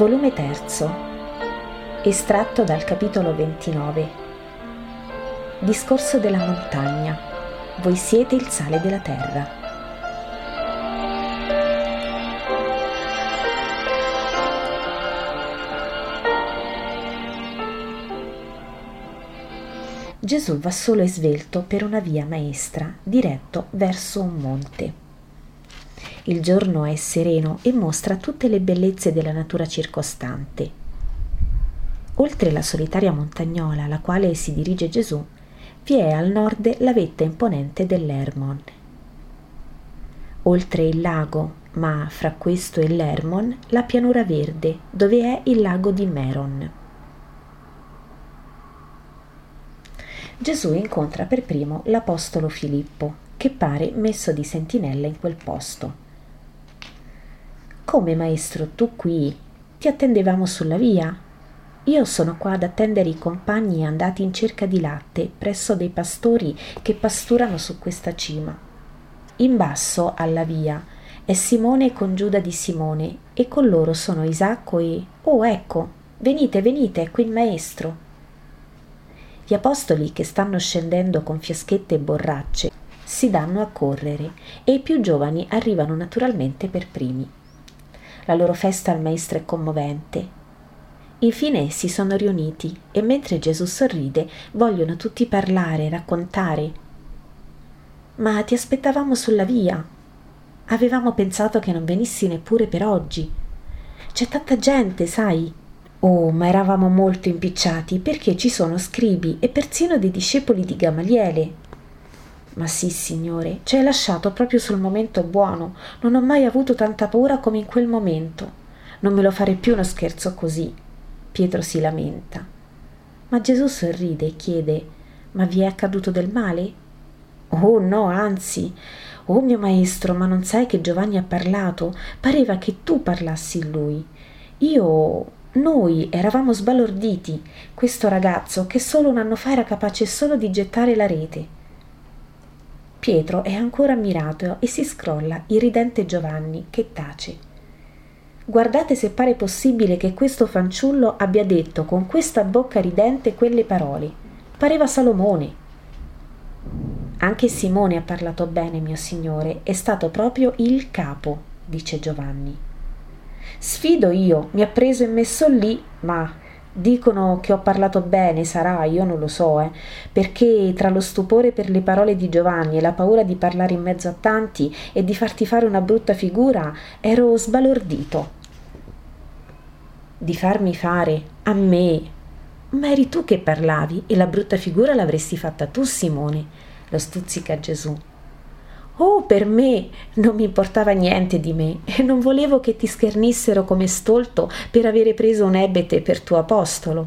Volume 3, estratto dal capitolo 29. Discorso della montagna. Voi siete il sale della terra. Gesù va solo e svelto per una via maestra, diretto verso un monte. Il giorno è sereno e mostra tutte le bellezze della natura circostante. Oltre la solitaria montagnola alla quale si dirige Gesù, vi è al nord la vetta imponente dell'Hermon. Oltre il lago, ma fra questo e l'Hermon, la pianura verde, dove è il lago di Meron. Gesù incontra per primo l'apostolo Filippo, che pare messo di sentinella in quel posto. «Come, maestro, tu qui? Ti attendevamo sulla via? Io sono qua ad attendere i compagni andati in cerca di latte presso dei pastori che pasturano su questa cima. In basso, alla via, è Simone con Giuda di Simone, e con loro sono Isacco e... Oh, ecco, venite, è qui il maestro!» Gli apostoli, che stanno scendendo con fiaschette e borracce, si danno a correre e i più giovani arrivano naturalmente per primi. La loro festa al maestro è commovente. Infine si sono riuniti e mentre Gesù sorride vogliono tutti parlare, raccontare. «Ma ti aspettavamo sulla via. Avevamo pensato che non venissi neppure per oggi. C'è tanta gente, sai? Oh, ma eravamo molto impicciati perché ci sono scribi e persino dei discepoli di Gamaliele». «Ma sì, Signore, ci hai lasciato proprio sul momento buono. Non ho mai avuto tanta paura come in quel momento. Non me lo fare più uno scherzo così». Pietro si lamenta. Ma Gesù sorride e chiede: «Ma vi è accaduto del male?» «Oh no, anzi. Oh mio maestro, ma non sai che Giovanni ha parlato? Pareva che tu parlassi in lui. Noi eravamo sbalorditi. Questo ragazzo che solo un anno fa era capace solo di gettare la rete». Pietro è ancora ammirato e si scrolla il ridente Giovanni, che tace. «Guardate se pare possibile che questo fanciullo abbia detto con questa bocca ridente quelle parole. Pareva Salomone». «Anche Simone ha parlato bene, mio signore, è stato proprio il capo», dice Giovanni. «Sfido io, mi ha preso e messo lì, ma dicono che ho parlato bene, sarà, io non lo so, perché tra lo stupore per le parole di Giovanni e la paura di parlare in mezzo a tanti e di farti fare una brutta figura, ero sbalordito». «Di farmi fare? A me? Ma eri tu che parlavi e la brutta figura l'avresti fatta tu, Simone», lo stuzzica Gesù. «Oh, per me non mi importava niente di me e non volevo che ti schernissero come stolto per avere preso un ebete per tuo apostolo».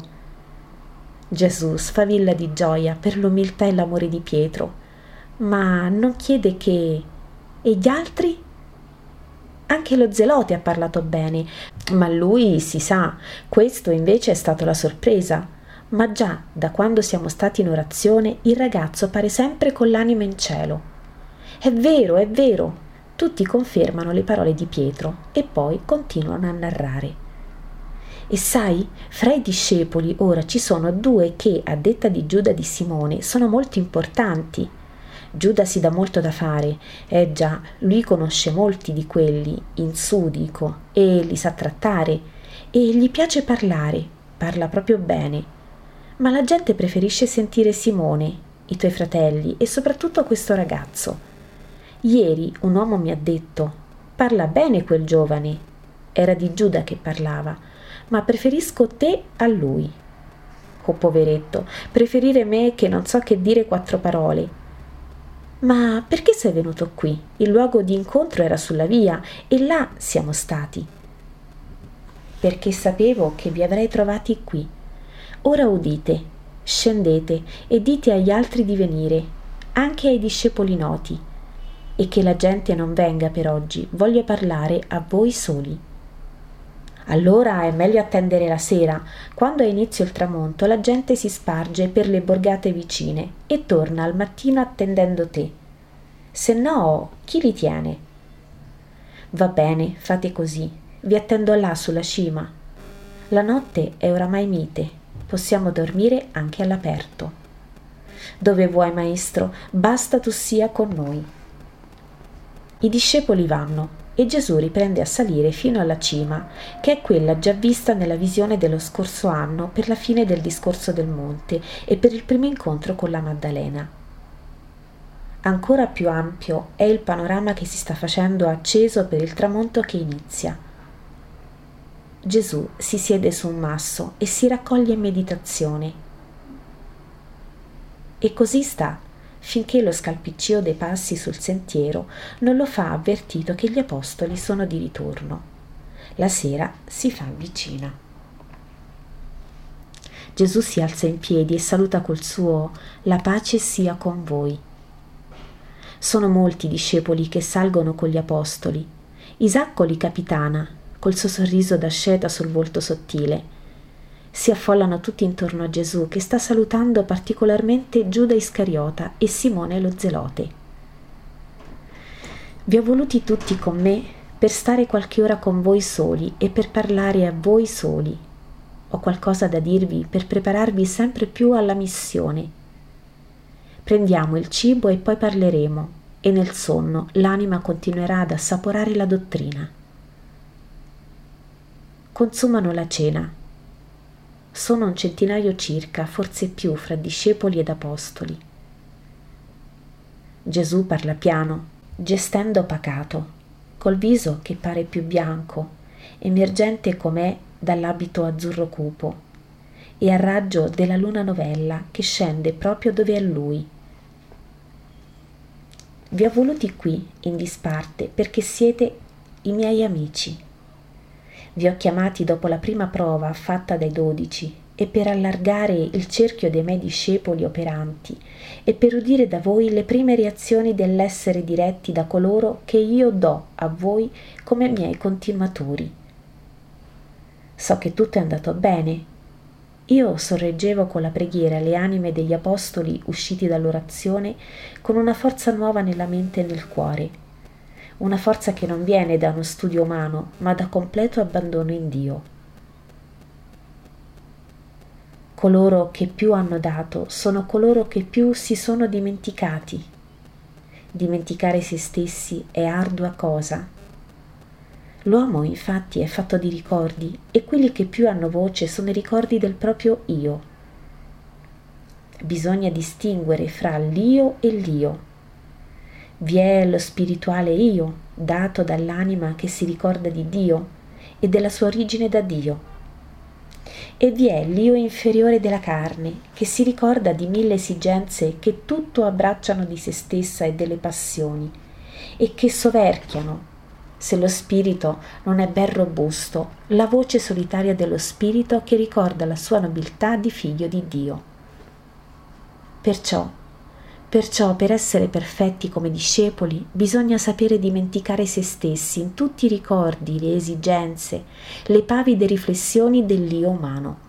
Gesù sfavilla di gioia per l'umiltà e l'amore di Pietro, ma non chiede che... «E gli altri?» «Anche lo Zelote ha parlato bene, ma lui, si sa, questo invece è stata la sorpresa. Ma già da quando siamo stati in orazione il ragazzo pare sempre con l'anima in cielo». È vero, tutti confermano le parole di Pietro e poi continuano a narrare. «E sai, fra i discepoli ora ci sono due che, a detta di Giuda di Simone, sono molto importanti. Giuda si dà molto da fare, già, lui conosce molti di quelli, in su dico, e li sa trattare, e gli piace parlare, parla proprio bene. Ma la gente preferisce sentire Simone, i tuoi fratelli e soprattutto questo ragazzo. Ieri un uomo mi ha detto: parla bene quel giovane. Era di Giuda che parlava, ma preferisco te a lui». «Oh, poveretto, preferire me che non so che dire 4 parole. Ma perché sei venuto qui? Il luogo di incontro era sulla via e là siamo stati». «Perché sapevo che vi avrei trovati qui. Ora udite, scendete e dite agli altri di venire, anche ai discepoli noti, e che la gente non venga per oggi, voglio parlare a voi soli». «Allora è meglio attendere la sera. Quando ha inizio il tramonto la gente si sparge per le borgate vicine e torna al mattino attendendo te. Se no, chi li tiene?» «Va bene, fate così. Vi attendo là sulla cima». La notte è oramai mite, possiamo dormire anche all'aperto. Dove vuoi, maestro? Basta tu sia con noi. I discepoli vanno e Gesù riprende a salire fino alla cima, che è quella già vista nella visione dello scorso anno per la fine del discorso del monte e per il primo incontro con la Maddalena. Ancora più ampio è il panorama che si sta facendo acceso per il tramonto che inizia. Gesù si siede su un masso e si raccoglie in meditazione. E così sta, finché lo scalpiccio dei passi sul sentiero non lo fa avvertito che gli apostoli sono di ritorno. La sera si fa vicina. Gesù si alza in piedi e saluta col suo «La pace sia con voi». Sono molti i discepoli che salgono con gli apostoli. Isacco li capitana, col suo sorriso d'asceta sul volto sottile. Si affollano tutti intorno a Gesù, che sta salutando particolarmente Giuda Iscariota e Simone lo Zelote. Vi ho voluti tutti con me per stare qualche ora con voi soli e per parlare a voi soli. Ho qualcosa da dirvi per prepararvi sempre più alla missione. Prendiamo il cibo e poi parleremo, e nel sonno l'anima continuerà ad assaporare la dottrina. Consumano la cena. Sono un centinaio circa, forse più, fra discepoli ed apostoli. Gesù parla piano, gestendo pacato, col viso che pare più bianco, emergente com'è dall'abito azzurro cupo, e al raggio della luna novella che scende proprio dove è lui. Vi ho voluti qui, in disparte, perché siete i miei amici. Vi ho chiamati dopo la prima prova fatta dai 12 e per allargare il cerchio dei miei discepoli operanti e per udire da voi le prime reazioni dell'essere diretti da coloro che io do a voi come miei continuatori. So che tutto è andato bene. Io sorreggevo con la preghiera le anime degli apostoli usciti dall'orazione con una forza nuova nella mente e nel cuore, una forza che non viene da uno studio umano, ma da completo abbandono in Dio. Coloro che più hanno dato sono coloro che più si sono dimenticati. Dimenticare se stessi è ardua cosa. L'uomo infatti è fatto di ricordi e quelli che più hanno voce sono i ricordi del proprio io. Bisogna distinguere fra l'io e l'io. Vi è lo spirituale io, dato dall'anima che si ricorda di Dio e della sua origine da Dio. E vi è l'io inferiore della carne, che si ricorda di 1000 esigenze che tutto abbracciano di se stessa e delle passioni, e che soverchiano, se lo spirito non è ben robusto, la voce solitaria dello spirito che ricorda la sua nobiltà di figlio di Dio. Perciò, per essere perfetti come discepoli, bisogna sapere dimenticare se stessi in tutti i ricordi, le esigenze, le pavide riflessioni dell'io umano.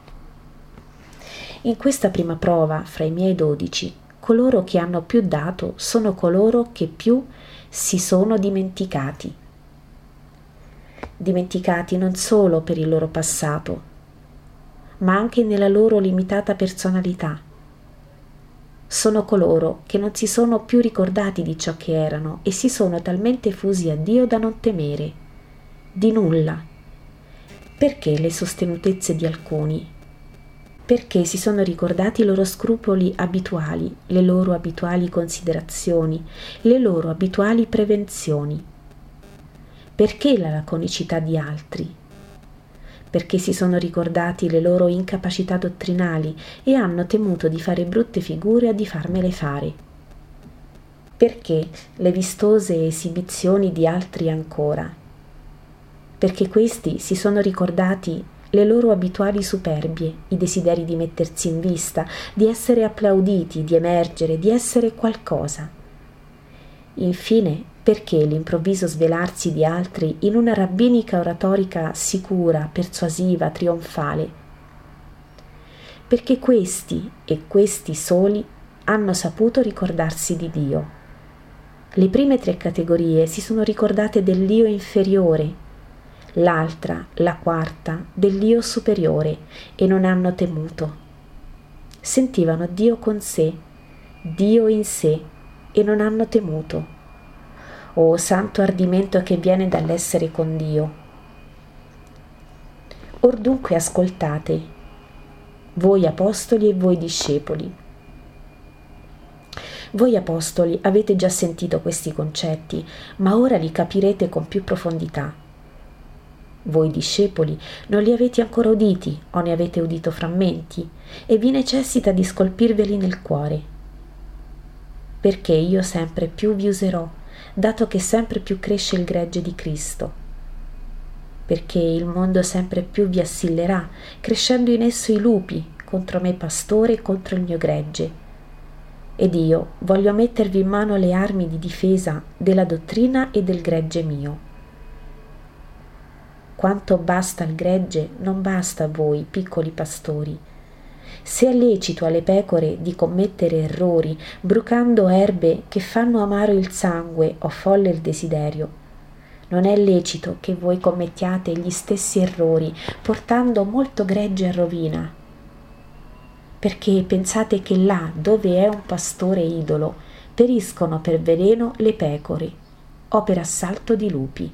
In questa prima prova, fra i miei 12, coloro che hanno più dato sono coloro che più si sono dimenticati. Dimenticati non solo per il loro passato, ma anche nella loro limitata personalità. Sono coloro che non si sono più ricordati di ciò che erano e si sono talmente fusi a Dio da non temere di nulla. Perché le sostenutezze di alcuni? Perché si sono ricordati i loro scrupoli abituali, le loro abituali considerazioni, le loro abituali prevenzioni. Perché la laconicità di altri? Perché si sono ricordati le loro incapacità dottrinali e hanno temuto di fare brutte figure o di farmele fare. Perché le vistose esibizioni di altri ancora? Perché questi si sono ricordati le loro abituali superbie, i desideri di mettersi in vista, di essere applauditi, di emergere, di essere qualcosa. Infine, perché l'improvviso svelarsi di altri in una rabbinica oratorica sicura, persuasiva, trionfale? Perché questi e questi soli hanno saputo ricordarsi di Dio. Le prime 3 categorie si sono ricordate dell'io inferiore, l'altra, la quarta, dell'Io superiore, e non hanno temuto. Sentivano Dio con sé, Dio in sé, e non hanno temuto. Oh santo ardimento che viene dall'essere con Dio! Or dunque ascoltate, voi apostoli e voi discepoli. Voi apostoli avete già sentito questi concetti, ma ora li capirete con più profondità. Voi discepoli non li avete ancora uditi o ne avete udito frammenti, e vi necessita di scolpirveli nel cuore. Perché io sempre più vi userò, dato che sempre più cresce il gregge di Cristo. Perché il mondo sempre più vi assillerà, crescendo in esso i lupi, contro me pastore e contro il mio gregge. Ed io voglio mettervi in mano le armi di difesa della dottrina e del gregge mio. Quanto basta al gregge non basta a voi, piccoli pastori. Se è lecito alle pecore di commettere errori, brucando erbe che fanno amaro il sangue o folle il desiderio, non è lecito che voi commettiate gli stessi errori, portando molto gregge a rovina. Perché pensate che là dove è un pastore idolo, periscono per veleno le pecore o per assalto di lupi.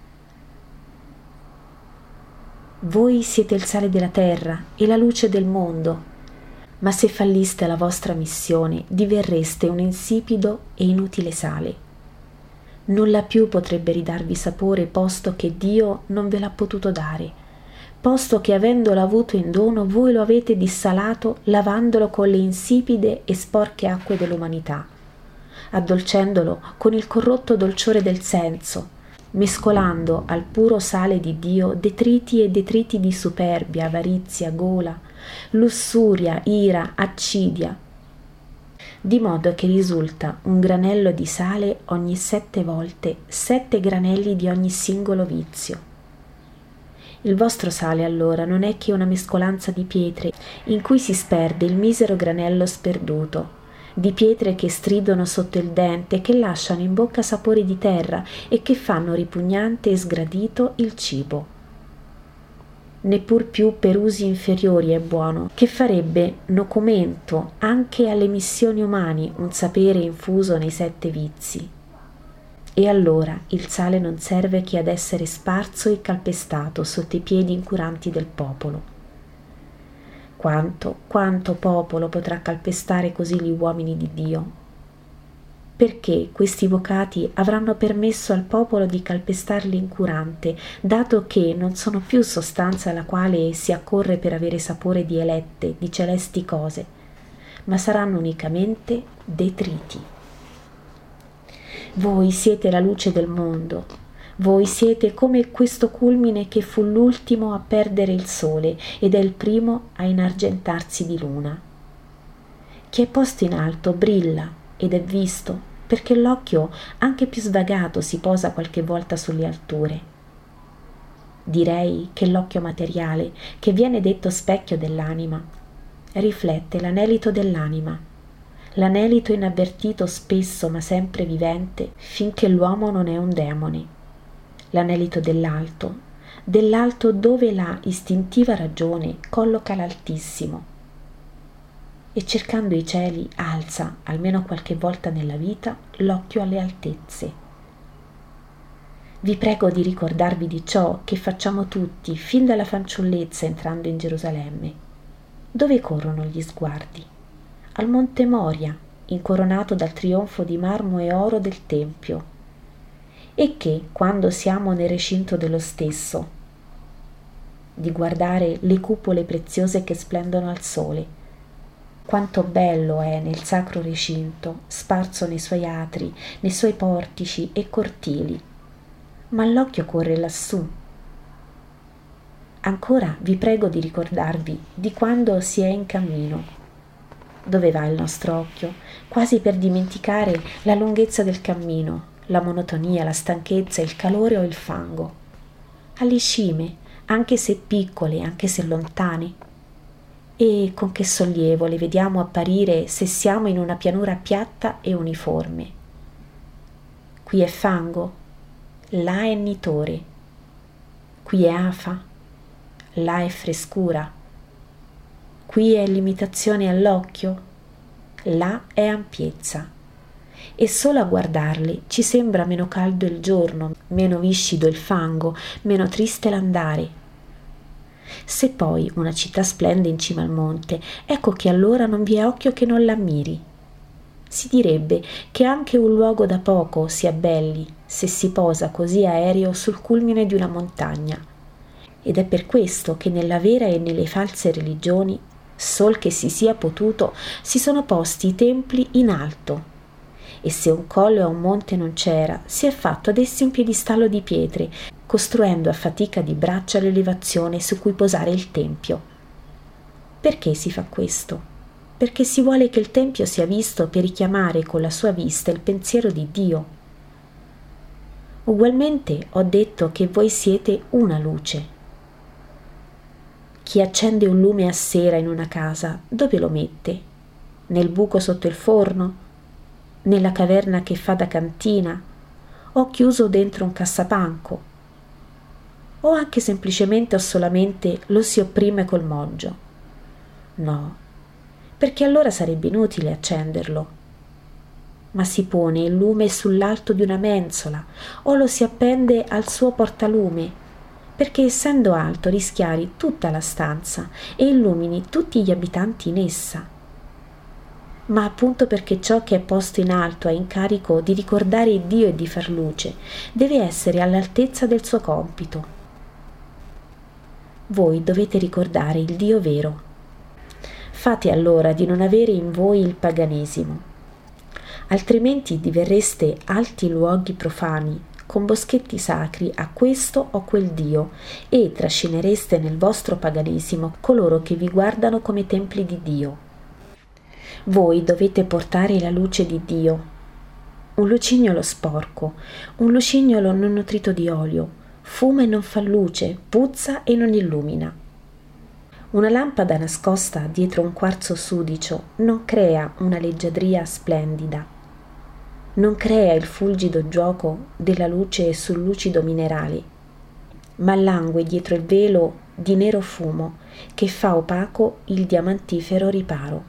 Voi siete il sale della terra e la luce del mondo, ma se falliste la vostra missione, diverreste un insipido e inutile sale. Nulla più potrebbe ridarvi sapore, posto che Dio non ve l'ha potuto dare, posto che avendolo avuto in dono voi lo avete dissalato lavandolo con le insipide e sporche acque dell'umanità, addolcendolo con il corrotto dolciore del senso, mescolando al puro sale di Dio detriti e detriti di superbia, avarizia, gola, lussuria, ira, accidia, di modo che risulta un granello di sale ogni 7 volte 7 granelli di ogni singolo vizio. Il vostro sale allora non è che una mescolanza di pietre in cui si sperde il misero granello sperduto, di pietre che stridono sotto il dente, che lasciano in bocca sapore di terra e che fanno ripugnante e sgradito il cibo. Neppur più per usi inferiori è buono, che farebbe nocumento anche alle missioni umane un sapere infuso nei 7 vizi. E allora il sale non serve che ad essere sparso e calpestato sotto i piedi incuranti del popolo. Quanto popolo potrà calpestare così gli uomini di Dio? Perché questi vocati avranno permesso al popolo di calpestarli incurante, dato che non sono più sostanza alla quale si accorre per avere sapore di elette, di celesti cose, ma saranno unicamente detriti. Voi siete la luce del mondo, voi siete come questo culmine che fu l'ultimo a perdere il sole ed è il primo a inargentarsi di luna. Chi è posto in alto brilla ed è visto, perché l'occhio anche più svagato si posa qualche volta sulle alture. Direi che l'occhio materiale, che viene detto specchio dell'anima, riflette l'anelito dell'anima, l'anelito inavvertito spesso ma sempre vivente finché l'uomo non è un demone, l'anelito dell'alto dove la istintiva ragione colloca l'altissimo, e cercando i cieli alza, almeno qualche volta nella vita, l'occhio alle altezze. Vi prego di ricordarvi di ciò che facciamo tutti fin dalla fanciullezza entrando in Gerusalemme. Dove corrono gli sguardi? Al Monte Moria, incoronato dal trionfo di marmo e oro del Tempio, e che, quando siamo nel recinto dello stesso, di guardare le cupole preziose che splendono al sole. Quanto bello è nel sacro recinto, sparso nei suoi atri, nei suoi portici e cortili, ma l'occhio corre lassù. Ancora vi prego di ricordarvi di quando si è in cammino. Dove va il nostro occhio? Quasi per dimenticare la lunghezza del cammino, la monotonia, la stanchezza, il calore o il fango. Alle cime, anche se piccole, anche se lontane. E con che sollievo le vediamo apparire se siamo in una pianura piatta e uniforme. Qui è fango, là è nitore, qui è afa, là è frescura, qui è limitazione all'occhio, là è ampiezza, e solo a guardarli ci sembra meno caldo il giorno, meno viscido il fango, meno triste l'andare. Se poi una città splende in cima al monte, ecco che allora non vi è occhio che non l'ammiri. Si direbbe che anche un luogo da poco si abbelli se si posa così aereo sul culmine di una montagna. Ed è per questo che nella vera e nelle false religioni, sol che si sia potuto, si sono posti i templi in alto. E se un colle o un monte non c'era, si è fatto ad essi un piedistallo di pietre, costruendo a fatica di braccia l'elevazione su cui posare il tempio. Perché si fa questo? Perché si vuole che il tempio sia visto per richiamare con la sua vista il pensiero di Dio. Ugualmente ho detto che voi siete una luce. Chi accende un lume a sera in una casa, dove lo mette? Nel buco sotto il forno? Nella caverna che fa da cantina? O chiuso dentro un cassapanco? O anche semplicemente o solamente lo si opprime col moggio? No, perché allora sarebbe inutile accenderlo. Ma si pone il lume sull'alto di una mensola o lo si appende al suo portalume, perché essendo alto rischiari tutta la stanza e illumini tutti gli abitanti in essa. Ma appunto perché ciò che è posto in alto ha incarico di ricordare Dio e di far luce, deve essere all'altezza del suo compito. Voi dovete ricordare il Dio vero. Fate allora di non avere in voi il paganesimo, altrimenti diverreste alti luoghi profani, con boschetti sacri a questo o quel Dio, e trascinereste nel vostro paganesimo coloro che vi guardano come templi di Dio. Voi dovete portare la luce di Dio, un lucignolo sporco, un lucignolo non nutrito di olio, fuma e non fa luce, puzza e non illumina. Una lampada nascosta dietro un quarzo sudicio non crea una leggiadria splendida, non crea il fulgido gioco della luce sul lucido minerale, ma langue dietro il velo di nero fumo che fa opaco il diamantifero riparo.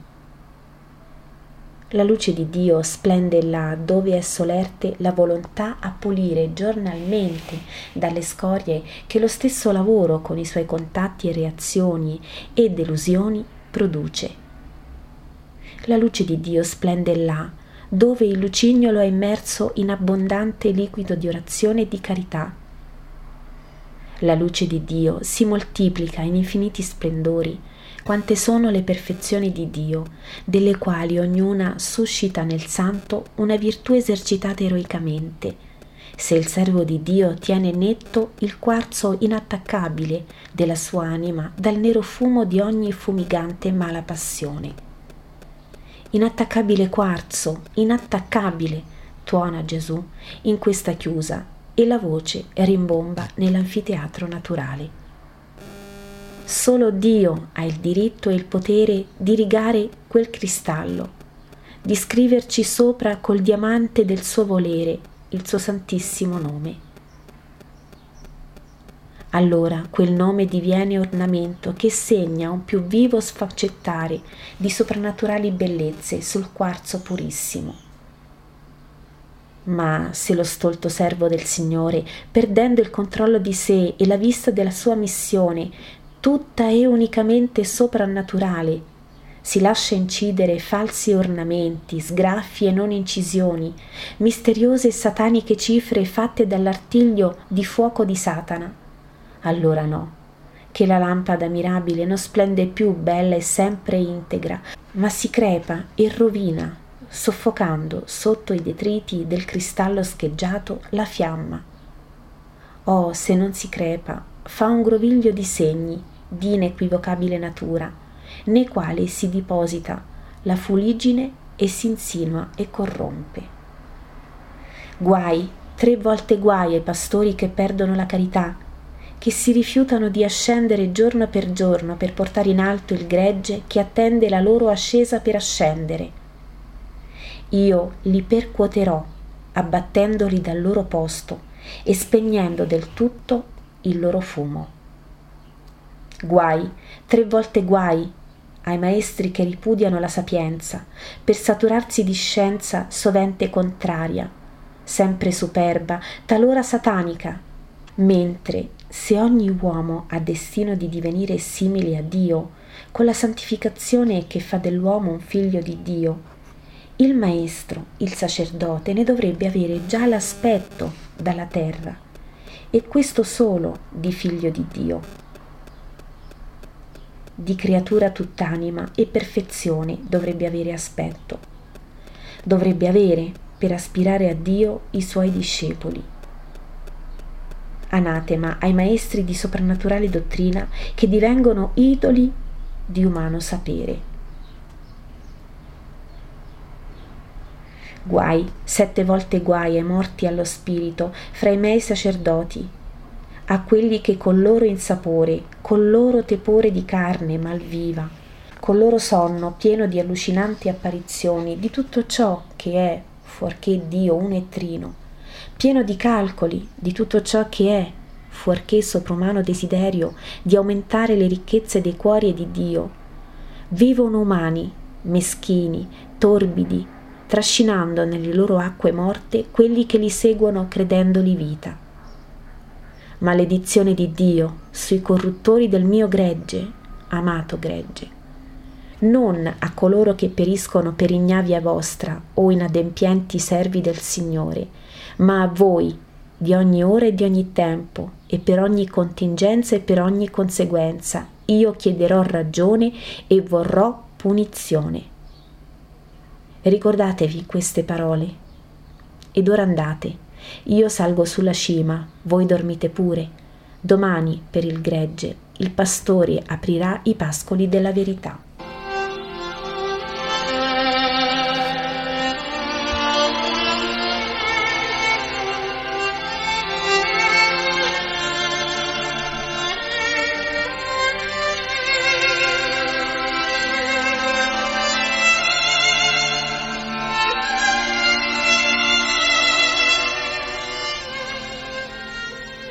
La luce di Dio splende là dove è solerte la volontà a pulire giornalmente dalle scorie che lo stesso lavoro con i suoi contatti e reazioni e delusioni produce. La luce di Dio splende là dove il lucignolo è immerso in abbondante liquido di orazione e di carità. La luce di Dio si moltiplica in infiniti splendori, quante sono le perfezioni di Dio, delle quali ognuna suscita nel santo una virtù esercitata eroicamente, se il servo di Dio tiene netto il quarzo inattaccabile della sua anima dal nero fumo di ogni fumigante mala passione. Inattaccabile quarzo, inattaccabile, tuona Gesù in questa chiusa, e la voce rimbomba nell'anfiteatro naturale. Solo Dio ha il diritto e il potere di rigare quel cristallo, di scriverci sopra col diamante del suo volere il suo santissimo nome. Allora quel nome diviene ornamento che segna un più vivo sfaccettare di soprannaturali bellezze sul quarzo purissimo. Ma se lo stolto servo del Signore, perdendo il controllo di sé e la vista della sua missione, tutta e unicamente soprannaturale, si lascia incidere falsi ornamenti, sgraffi e non incisioni, misteriose e sataniche cifre fatte dall'artiglio di fuoco di Satana, allora no, che la lampada mirabile non splende più bella e sempre integra, ma si crepa e rovina, soffocando sotto i detriti del cristallo scheggiato la fiamma. Oh, se non si crepa, fa un groviglio di segni di inequivocabile natura, nei quali si deposita la fuliggine e si insinua e corrompe. Guai, 3 volte guai ai pastori che perdono la carità, che si rifiutano di ascendere giorno per portare in alto il gregge che attende la loro ascesa per ascendere. Io li percuoterò, abbattendoli dal loro posto e spegnendo del tutto il loro fumo. Guai, 3 volte guai ai maestri che ripudiano la sapienza, per saturarsi di scienza sovente contraria, sempre superba, talora satanica, mentre se ogni uomo ha destino di divenire simile a Dio, con la santificazione che fa dell'uomo un figlio di Dio, il maestro, il sacerdote, ne dovrebbe avere già l'aspetto dalla terra, e questo solo di figlio di Dio, di creatura tutt'anima e perfezione dovrebbe avere aspetto. Dovrebbe avere, per aspirare a Dio, i suoi discepoli. Anatema ai maestri di soprannaturale dottrina che divengono idoli di umano sapere. Guai, 7 volte guai ai morti allo spirito fra i miei sacerdoti, a quelli che col loro insapore, col loro tepore di carne malviva, col loro sonno pieno di allucinanti apparizioni di tutto ciò che è, fuorché Dio uno e trino, pieno di calcoli di tutto ciò che è, fuorché soprumano desiderio di aumentare le ricchezze dei cuori e di Dio, vivono umani, meschini, torbidi, trascinando nelle loro acque morte quelli che li seguono credendoli vita. Maledizione di Dio sui corruttori del mio gregge, amato gregge, non a coloro che periscono per ignavia vostra o inadempienti servi del Signore, ma a voi di ogni ora e di ogni tempo e per ogni contingenza e per ogni conseguenza io chiederò ragione e vorrò punizione. Ricordatevi queste parole. Ed ora andate. Io salgo sulla cima, voi dormite pure. Domani, per il gregge, il pastore aprirà i pascoli della verità.